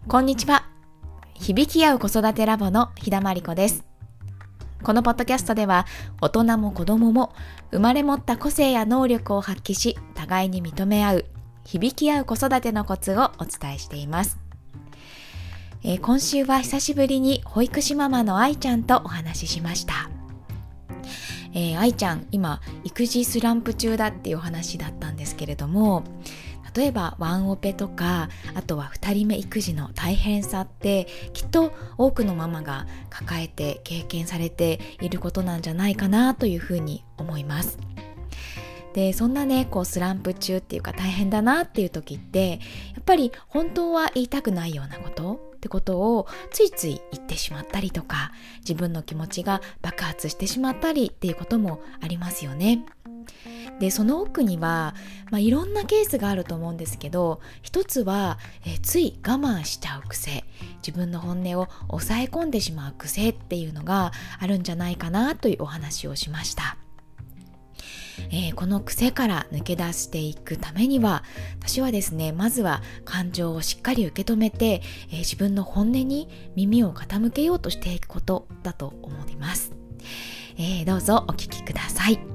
こんにちは。響き合う子育てラボの日田まりこです。このポッドキャストでは、大人も子供も生まれ持った個性や能力を発揮し、互いに認め合う、響き合う子育てのコツをお伝えしています。今週は久しぶりに保育士ママの愛ちゃんとお話ししました。愛ちゃん、今育児スランプ中だっていうお話だったんですけれども、例えばワンオペとか、あとは2人目育児の大変さってきっと多くのママが抱えて経験されていることなんじゃないかなというふうに思います。で、そんなね、スランプ中っていうか大変だなっていう時って、やっぱり本当は言いたくないようなことってことをついつい言ってしまったりとか、自分の気持ちが爆発してしまったりっていうこともありますよね。で、その奥には、いろんなケースがあると思うんですけど、一つは、つい我慢しちゃう癖、自分の本音を抑え込んでしまう癖っていうのがあるんじゃないかなというお話をしました。この癖から抜け出していくためには、私はですね、まずは感情をしっかり受け止めて、自分の本音に耳を傾けようとしていくことだと思います。どうぞお聞きください。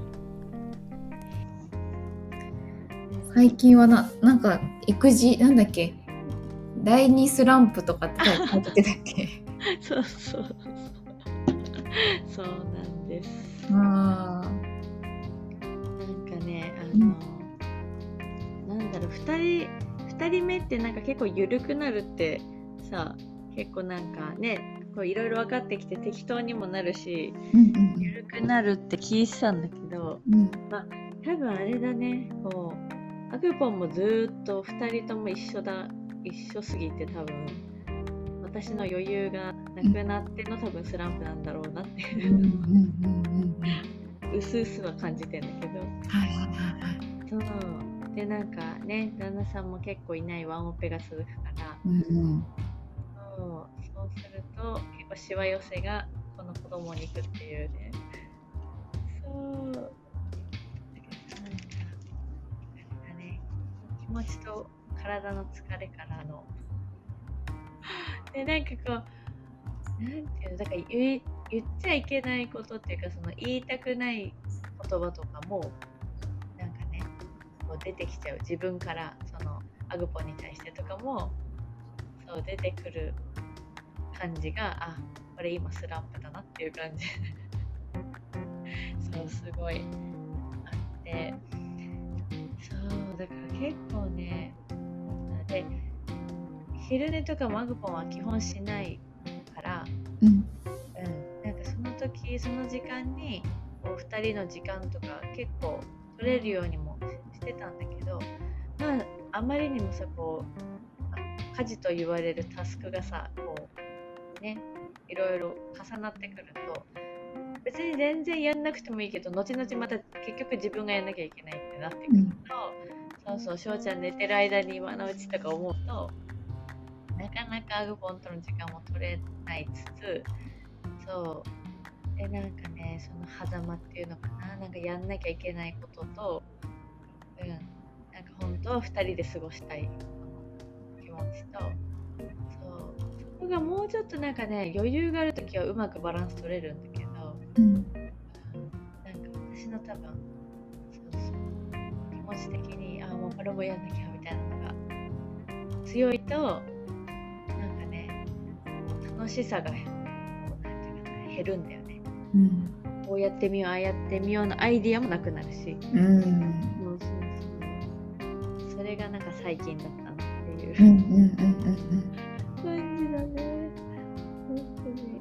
最近はなんか育児なんだっけ、第2スランプとかって書いてたっけそうなんです。 なんかね、2人目ってなんか結構緩くなるってさ、結構なんかね、いろいろ分かってきて適当にもなるし、緩くなるって聞いてたんだけど、多分あれだね、アグポンもずっと2人とも一緒すぎて、多分私の余裕がなくなっての多分スランプなんだろうなっていううすうすは感じてんだけど、そうで、なんかね、旦那さんも結構いないワンオペが続くから、そうすると結構しわ寄せがこの子供に行くっていうね。気持ちと体の疲れからので、なんかなんていうの、だから言っちゃいけないことっていうか、その言いたくない言葉とかもなんかね、出てきちゃう。自分からそのアグポンに対してとかもそう出てくる感じが、これ今スランプだなっていう感じそう、すごいあって、そうだから結構ね、で昼寝とかもアグポンは基本しないから、なんかその時その時間に2人の時間とか結構取れるようにもしてたんだけど、あまりにもさ、家事と言われるタスクがさ、ね、いろいろ重なってくると、別に全然やんなくてもいいけど、後々また結局自分がやんなきゃいけないってなってくると、翔ちゃん寝てる間に今のうちとか思うと、なかなかアグポンとの時間も取れないつつ、で、なんかね、その狭間っていうのかな、なんかやんなきゃいけないことと、なんか本当は2人で過ごしたい気持ちと、そこがもうちょっとなんかね、余裕があるときはうまくバランス取れるんだけど、なんか私の多分気持ち的にもうこれもやんなきゃみたいなのが強いと、なんかね、楽しさがなんていうかな、減るんだよね。こうやってみよう、ああやってみようのアイディアもなくなるし、それがなんか最近だったなっていう感じだね。本当に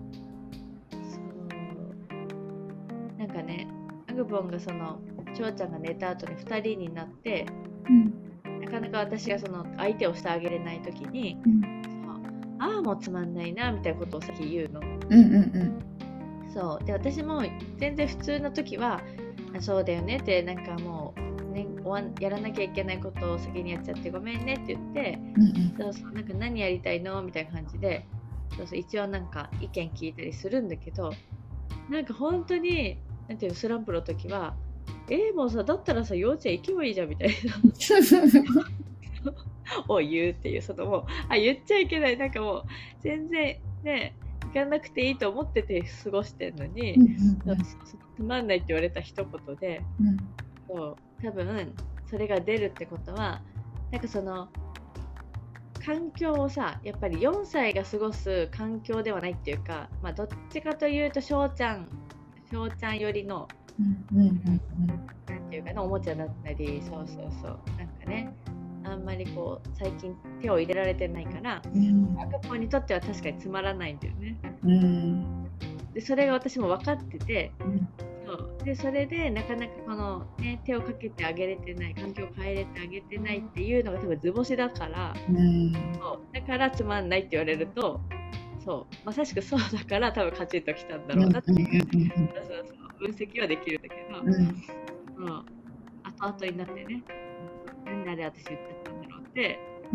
なんかね、アグポンがその翔ちゃんが寝た後に2人になって、なかなか私がその相手をしてあげれない時に、もうつまんないなみたいなことを先言うの。そうで、私も全然普通の時はそうだよねって、なんかもう、ね、やらなきゃいけないことを先にやっちゃってごめんねって言って、なんか何やりたいのみたいな感じで、一応なんか意見聞いたりするんだけど、なんか本当になんていうの、スランプの時はもうさ、だったらさ幼稚園行けばいいじゃんみたいなを言うっていう、そのもう言っちゃいけない、なんかもう全然ね行かなくていいと思ってて過ごしてんのに、つまんないって言われた一言で、そう多分それが出るってことは、なんかその環境をさ、やっぱり4歳が過ごす環境ではないっていうか、まあどっちかというと翔ちゃん寄りの、なんていうかな、おもちゃだったり、そうなんかね、あんまりこう最近手を入れられてないから、赤子にとっては確かにつまらないんだよね。でそれが私も分かってて、それでなかなかこの、ね、手をかけてあげれてない、環境を変えれてあげてないっていうのが多分図星だから、だからつまんないって言われると、まさしくそうだから多分カチッときたんだろうなっていう分析はできるんだけど、後々になってね、なんであれ私言ってたんだろうって、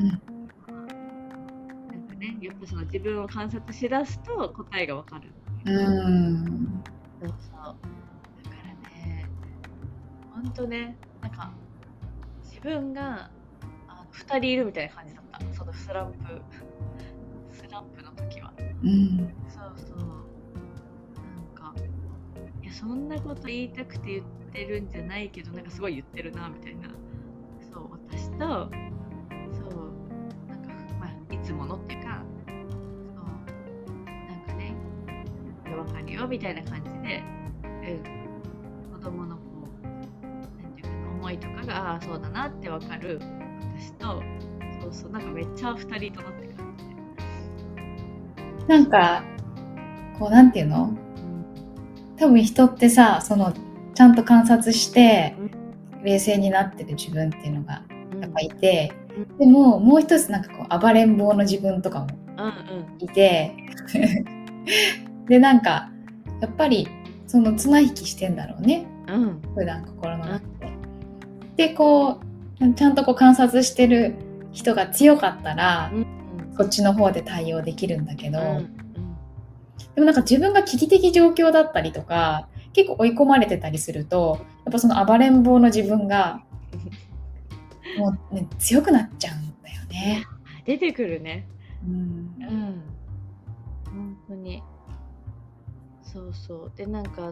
なんかね、やっぱその自分を観察しだすと答えがわかる。だからね、ほんとね、なんか自分が2人いるみたいな感じだった、そのスランプの時は。なんかいやそんなこと言いたくて言ってるんじゃないけど、なんかすごい言ってるなみたいな、私となんかまあいつものっていうか、なんかね、分かるよみたいな感じで、子供のこうなんていうかな、思いとかがそうだなって分かる私と、なんかめっちゃ2人となって感じで、 なんかこうなんていうの、多分人ってさ、そのちゃんと観察して冷静になってる自分っていうのがやっぱいて、でももう一つなんかこう暴れん坊の自分とかもいて、でなんかやっぱりその綱引きしてんだろうね、普段心の中で。でこうちゃんとこう観察してる人が強かったら、そっちの方で対応できるんだけど、でもなんか自分が危機的状況だったりとか結構追い込まれてたりすると、やっぱその暴れん坊の自分がもう、ね、強くなっちゃうんだよね。 出てくるね。本当にで、なんか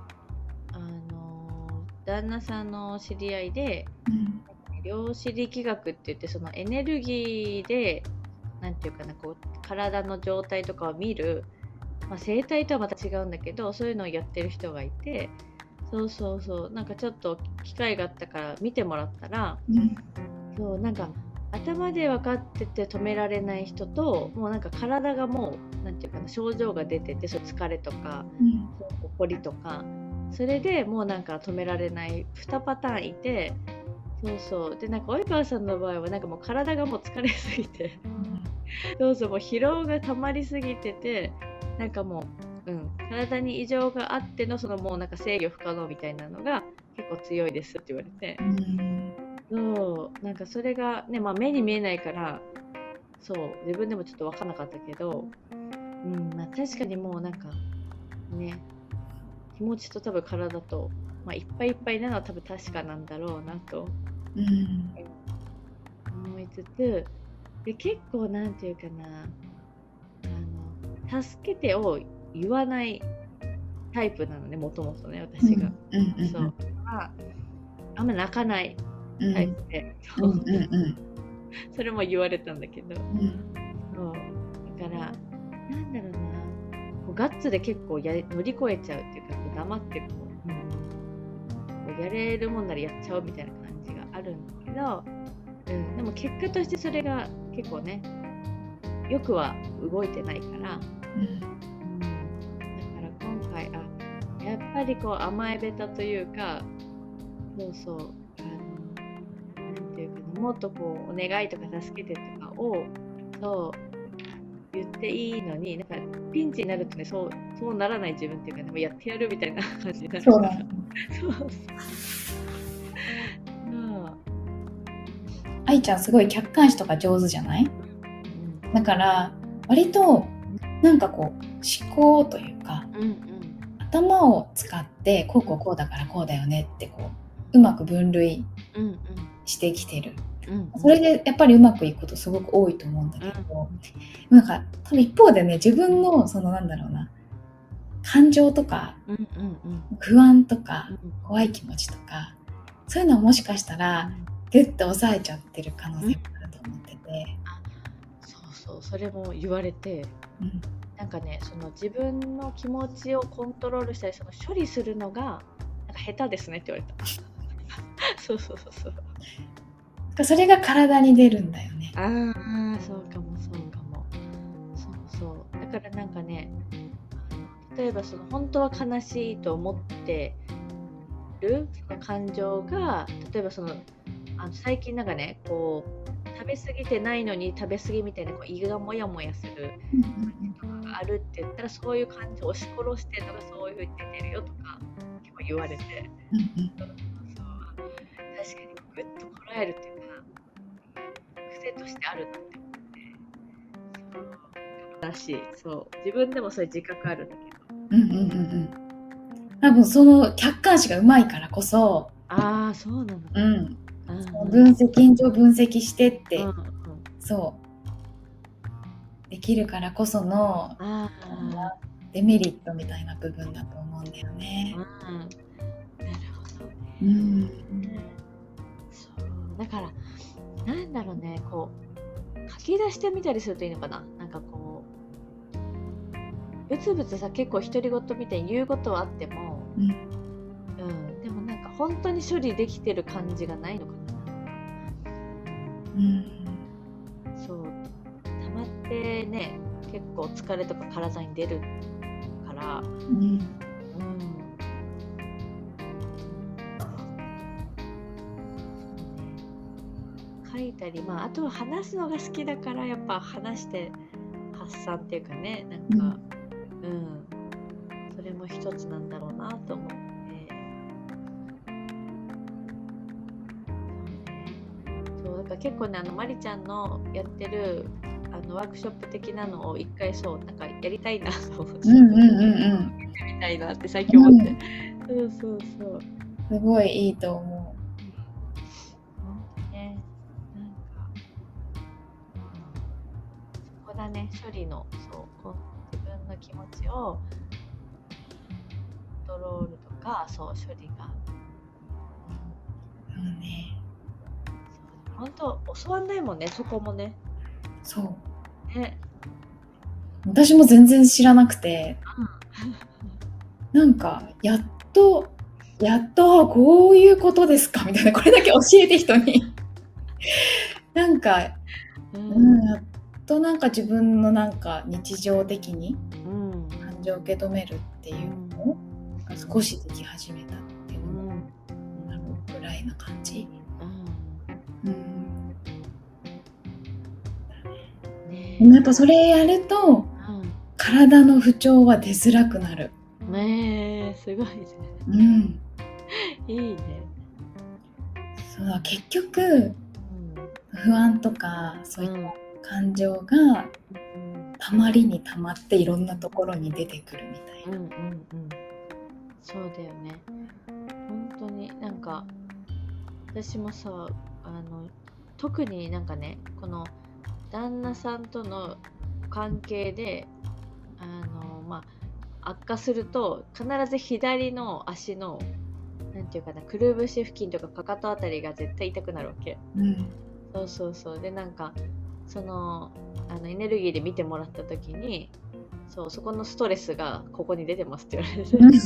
旦那さんの知り合いで、量子力学って言って、そのエネルギーでなんていうかな、こう体の状態とかを見る、生態とはまた違うんだけど、そういうのをやってる人がいて、なんかちょっと機会があったから見てもらったら、なんか頭で分かってて止められない人と、もうなんか体がもうなんていうかな、症状が出てて、疲れとか、怒りとか、それでもうなんか止められない2パターンいて、でなんか及川さんの場合はなんかもう体がもう疲れすぎて、もう疲労が溜まりすぎてて、なんかもう、体に異常があっての、そのもうなんか制御不可能みたいなのが結構強いですって言われて、なんかそれがね、目に見えないから自分でもちょっと分からなかったけど、確かにもうなんかね、気持ちと多分体と、いっぱいいっぱいなのは多分確かなんだろうなと思いつつ、で結構なんていうかな、助けてを言わないタイプなのね、もともとね、私が。あんま泣かないタイプで、それも言われたんだけど、だからなんだろうな、こうガッツで結構乗り越えちゃうっていうか、こう黙ってこうやれるもんならやっちゃうみたいな感じがあるんだけど、でも結果としてそれが結構ね、よくは動いてないから、だから今回やっぱりこう甘えべたというか、なんていうか、もっとこうお願いとか助けてとかを言っていいのに、なんかピンチになるとね、そうならない自分っていうかね、もうやってやるみたいな感じになるから。 愛ちゃんすごい客観視とか上手じゃない？だから割となんかこう思考というか、頭を使ってこうだからこうだよねってこううまく分類してきてるそれでやっぱりうまくいくことすごく多いと思うんだけど、なんか多分一方でね、自分のそのなんだろうな、感情とか、不安とか、怖い気持ちとか、そういうのはもしかしたらギュッと抑えちゃってる可能性もあると思ってて、 そうそれも言われて、なんかね、その自分の気持ちをコントロールしたり、その処理するのがなんか下手ですねって言われた。そうそれが体に出るんだよね。そうかも。そうだからなんかね、例えばその本当は悲しいと思ってるその感情が、例えばその最近なんかね、こう食べ過ぎてないのに食べ過ぎみたいなこう胃がモヤモヤする感じとかがあるって言ったら、そういう感情を押し殺してるのがそういう風に出てるよとか結構言われて、そう確かにグッとこらえるっていうか癖としてあるなって思って、そうらしい。そう自分でもそういう自覚あるんだけど、 多分その客観視がうまいからこそ、 そうなの、 現状分析してって、そうできるからこそのデメリットみたいな部分だと思うんだよね。 なるほどね。そうだからなんだろうね、こう書き出してみたりするといいのかな。なんかこうブツブツさ、結構独り言みたいに言うことはあっても、でもなんか本当に処理できてる感じがないのかな。そう溜まってね、結構疲れとか体に出るから、書いたり、あとは話すのが好きだから、やっぱ話して発散っていうかね、なんかそれも一つなんだろうなと思って、そうだから結構ね、まりちゃんのやってるワークショップ的なのを一回なんかやりたいなと思って、やってみたいなって最近思って、そうすごいいいと思う。 そこだね、処理の自分の気持ちをコントロールとか、処理が本当教わんないもんね、そこもね。 そうね、私も全然知らなくて、なんかやっとこういうことですかみたいな、これだけ教えて人になんか、やっとなんか自分のなんか日常的に感情を受け止めるっていうのが少しでき始めたっていうのもあるぐらいな感じ。でもやっぱそれやると、体の不調は出づらくなる。 すごいね。いいね。 そうだ、結局、不安とかそういった感情がたまりにたまっていろんなところに出てくるみたいな。 そうだよね。本当になんか私もさ、特になんかね、この旦那さんとの関係で悪化すると、必ず左の足のなんていうかな、くるぶし付近とかかかとあたりが絶対痛くなるわけ。そうで、なんかそのエネルギーで見てもらった時に、そこのストレスがここに出てますって言われ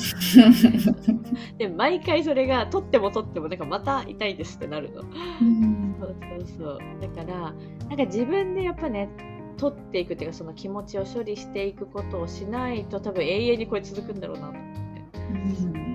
てで毎回それが取ってもなんかまた痛いですってなるの。そうだからなんか自分でやっぱね、取っていくっていうか、その気持ちを処理していくことをしないと多分永遠にこれ続くんだろうなと思って、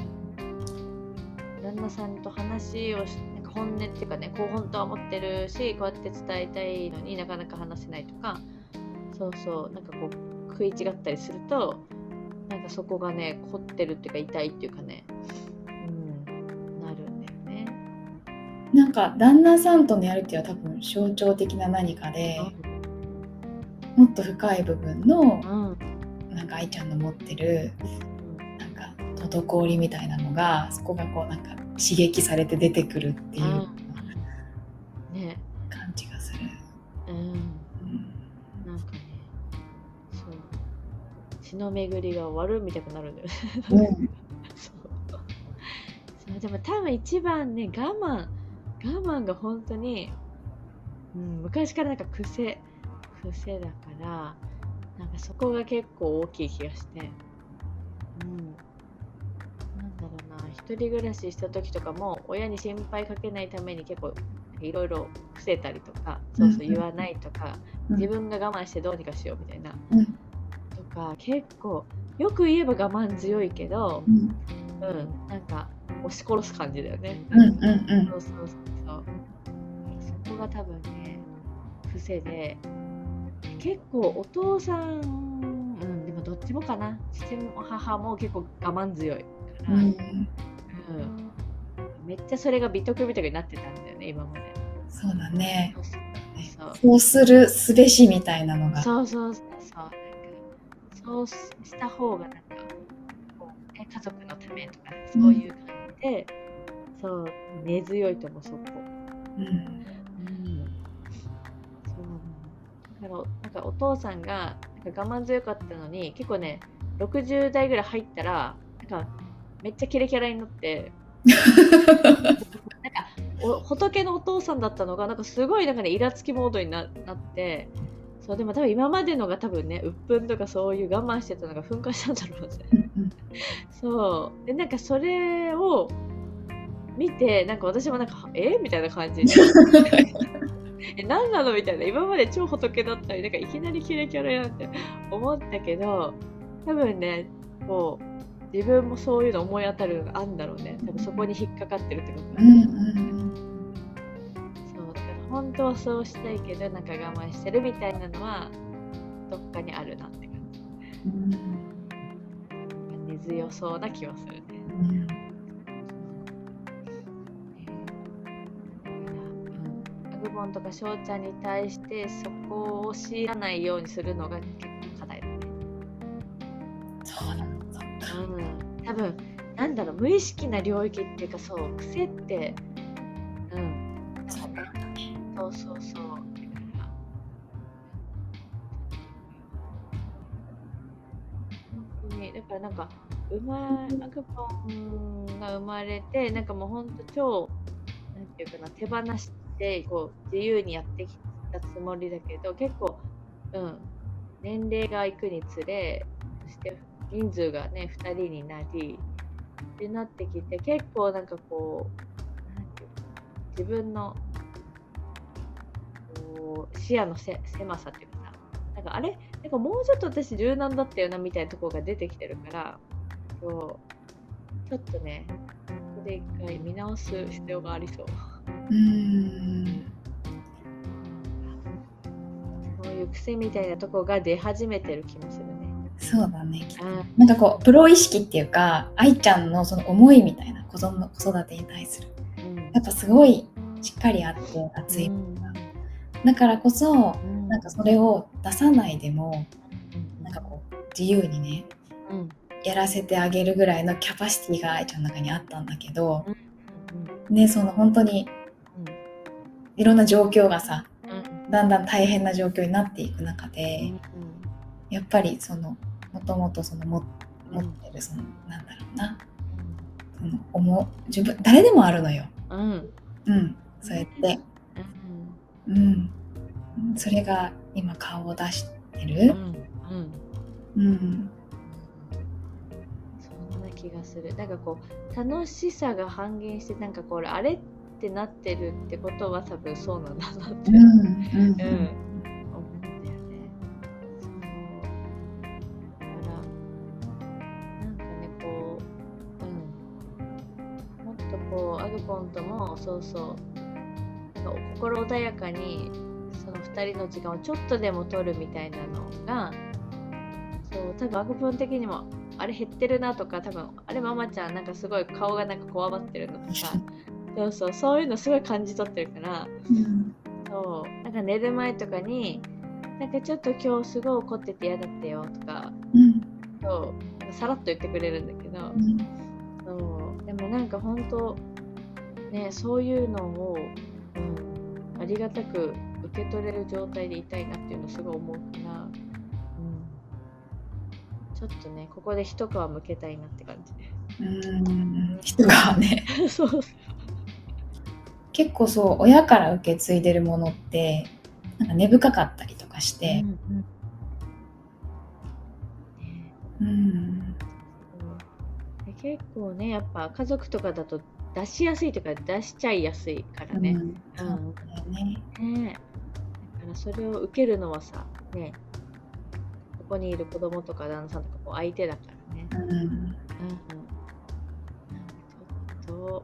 旦那さんと話をなんか本音っていうかね、こう本当は思ってるし、こうやって伝えたいのになかなか話せないとか、なんかこう食い違ったりすると、なんかそこがね、凝ってるっていうか痛いっていうかね、なるんだよね。 なんか旦那さんとのやりとりは多分象徴的な何かで、もっと深い部分の、なんか愛ちゃんの持ってるなんか滞りみたいなのが、そこがこうなんか刺激されて出てくるっていう、 ね。 の巡りが終わるみたいになるんだよね。 うんそうでも多分一番ね、我慢が本当に、昔からなんか癖だから、なんかそこが結構大きい気がして、なんだろうな、一人暮らしした時とかも親に心配かけないために結構いろいろ伏せたりとか、そうそう言わないとか、自分が我慢してどうにかしようみたいな、とか結構よく言えば我慢強いけど、なんか押し殺す感じだよね。そうそこが多分ね癖で、結構お父さん、でもどっちもかな、父も母も結構我慢強いから、めっちゃそれが美徳みたいになってたんだよね今まで。 そうだね。 そうするすべしみたいなのが。 そうした方がなんかこう、ね、家族のためとかそういう感じで、そう根強いと思うそこ。そうだからなんかお父さんがなんか我慢強かったのに、結構ね60代ぐらい入ったらなんかめっちゃキレキャラになってなんか仏のお父さんだったのがなんかすごいなんかねイラつきモードになって、そうでも多分今までのが多分ね鬱憤とかそういう我慢してたのが噴火したんだろうね。そうでなんかそれを見てなんか私もなんかみたいな感じで何なのみたいな、今まで超仏だったりなんかいきなりキレキャラやんって思ったけど、多分ねこう自分もそういうの思い当たるのがあるんだろうね。多分そこに引っかかってるってことだね。そうだから本当はそうしたいけどなんか我慢してるみたいなのはどっかにあるなって感じ。根強そうな気はするね。アグボンとか翔ちゃんに対してそこを強いらないようにするのが結構課題だね。 そうなの。 多分なんだろう、無意識な領域っていうか、そう癖ってそう本当にだからなんかアグポンが生まれてなんかもう本当超なんていうかな、手放してこう自由にやってきたつもりだけど、結構年齢がいくにつれ、そして人数がね2人になりってなってきて、結構なんかこうなんていうか自分の視野の狭さっていうかさ、なんかなんかもうちょっと私柔軟だったよなみたいなところが出てきてるから、ちょっとねここで一回見直す必要がありそう。そういう癖みたいなところが出始めてる気もするね。 そうだね。なんかこうプロ意識っていうか、愛ちゃんのその思いみたいな子育てに対する、やっぱすごいしっかりあって熱い、だからこそ、なんかそれを出さないでも、なんかこう自由にね、やらせてあげるぐらいのキャパシティが愛ちゃんの中にあったんだけど、ね、その本当にいろんな状況がさ、だんだん大変な状況になっていく中で、やっぱりそのもともとその持ってるそのなんだろうな、その自分誰でもあるのよ。そうやって、それが今顔を出してる。 そんな気がする。なんかこう楽しさが半減して、なんかこれあれってなってるってことは多分そうなんだなって思うんだよね。そうだからなんかねこう、もっとこうアグポンともなんか心穏やかにその2人の時間をちょっとでも取るみたいなのが、多分アグポン的にもあれ減ってるなとか、多分あれママちゃんなんかすごい顔がなんかこわばってるのとかそういうのすごい感じ取ってるから、なんか寝る前とかになんかちょっと今日すごい怒ってて嫌だったよとか、さらっと言ってくれるんだけど、でもなんか本当ね、そういうのを、ありがたく受け取れる状態でいたいなっていうのをすごい思うから、 ちょっとね、ここで一皮むけたいなって感じ。 人がねそうそう。 結構そう、親から受け継いでるものってなんか根深かったりとかして、 で結構ね、やっぱ家族とかだと出しやすいというか出しちゃいやすいからね。 そうだよね。 だからそれを受けるのはさ、ね、ここにいる子供とか旦那さんとかこう相手だからね。ちょっと、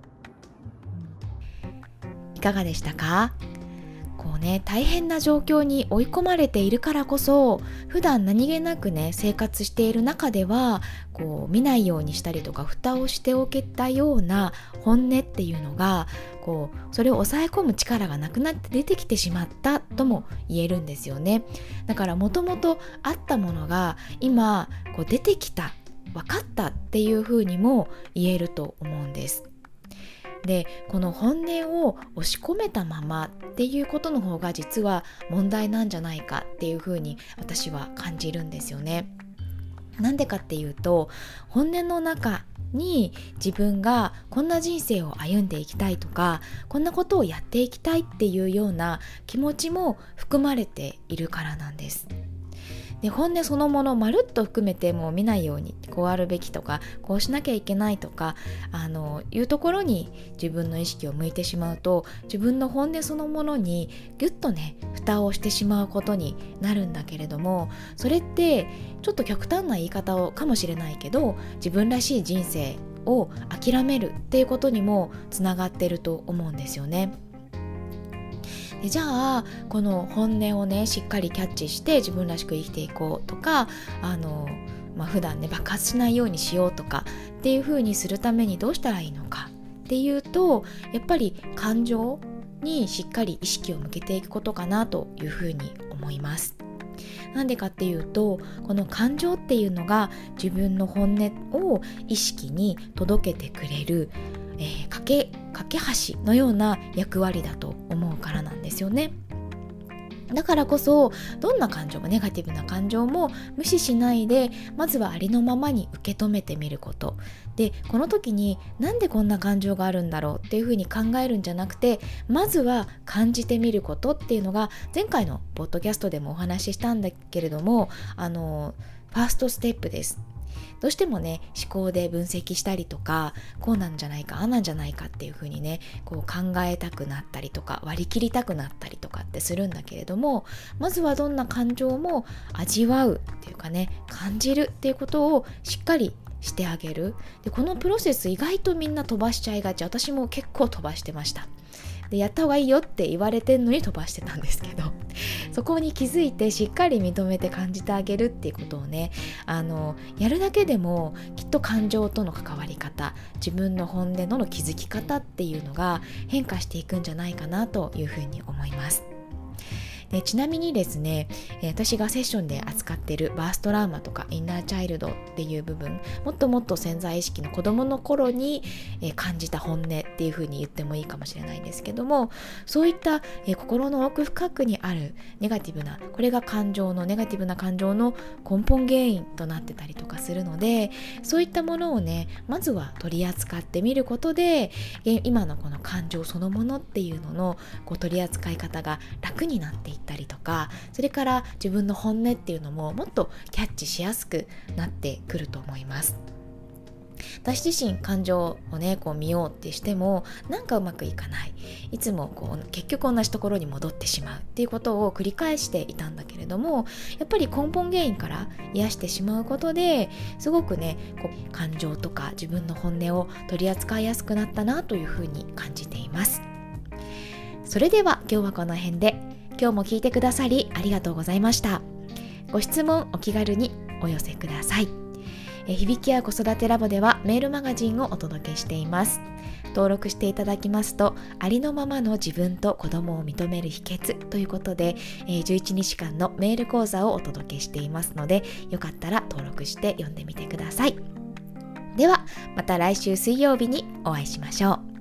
いかがでしたか？こうね、大変な状況に追い込まれているからこそ、普段何気なくね生活している中ではこう見ないようにしたりとか蓋をしておけたような本音っていうのがこうそれを抑え込む力がなくなって出てきてしまったとも言えるんですよね。だからもともとあったものが今こう出てきた、分かったっていうふうにも言えると思うんです。で、この本音を押し込めたままっていうことの方が実は問題なんじゃないかっていうふうに私は感じるんですよね。なんでかっていうと、本音の中に自分がこんな人生を歩んでいきたいとか、こんなことをやっていきたいっていうような気持ちも含まれているからなんです。で、本音そのものまるっと含めてもう見ないように、こうあるべきとかこうしなきゃいけないとかいうところに自分の意識を向いてしまうと、自分の本音そのものにギュッとね蓋をしてしまうことになるんだけれども、それってちょっと極端な言い方をかもしれないけど、自分らしい人生を諦めるっていうことにもつながってると思うんですよね。で、じゃあこの本音をねしっかりキャッチして自分らしく生きていこうとか、普段ね爆発しないようにしようとかっていう風にするためにどうしたらいいのかっていうと、やっぱり感情にしっかり意識を向けていくことかなという風に思います。なんでかっていうと、この感情っていうのが自分の本音を意識に届けてくれる、架け橋のような役割だと思うからなんですよね。だからこそどんな感情もネガティブな感情も無視しないで、まずはありのままに受け止めてみることで、この時になんでこんな感情があるんだろうっていうふうに考えるんじゃなくて、まずは感じてみることっていうのが前回のポッドキャストでもお話ししたんだけれども、ファーストステップです。どうしてもね思考で分析したりとか、こうなんじゃないかああなんじゃないかっていう風にねこう考えたくなったりとか割り切りたくなったりとかってするんだけれども、まずはどんな感情も味わうっていうかね、感じるっていうことをしっかりしてあげる。で、このプロセス意外とみんな飛ばしちゃいがち。私も結構飛ばしてました。で、やった方がいいよって言われてんのに飛ばしてたんですけど、そこに気づいてしっかり認めて感じてあげるっていうことをね、やるだけでもきっと感情との関わり方、自分の本音の気づき方っていうのが変化していくんじゃないかなというふうに思います。で、ちなみにですね、私がセッションで扱っているバーストラウマとかインナーチャイルドっていう部分、もっともっと潜在意識の子供の頃に感じた本音っていう風に言ってもいいかもしれないんですけども、そういった心の奥深くにあるネガティブな、これがネガティブな感情の根本原因となってたりとかするので、そういったものをねまずは取り扱ってみることで、今のこの感情そのものっていうのの取り扱い方が楽になっていったりとか、それから自分の本音っていうのももっとキャッチしやすくなってくると思います。私自身感情をね見ようってしてもなんかうまくいかない、いつも結局同じところに戻ってしまうっていうことを繰り返していたんだけれども、やっぱり根本原因から癒してしまうことですごくね感情とか自分の本音を取り扱いやすくなったなというふうに感じています。それでは今日はこの辺で。今日も聞いてくださりありがとうございました。ご質問お気軽にお寄せください。響きや子育てラボではメールマガジンをお届けしています。登録していただきますと、ありのままの自分と子供を認める秘訣ということで、11日間のメール講座をお届けしていますので、よかったら登録して読んでみてください。ではまた来週水曜日にお会いしましょう。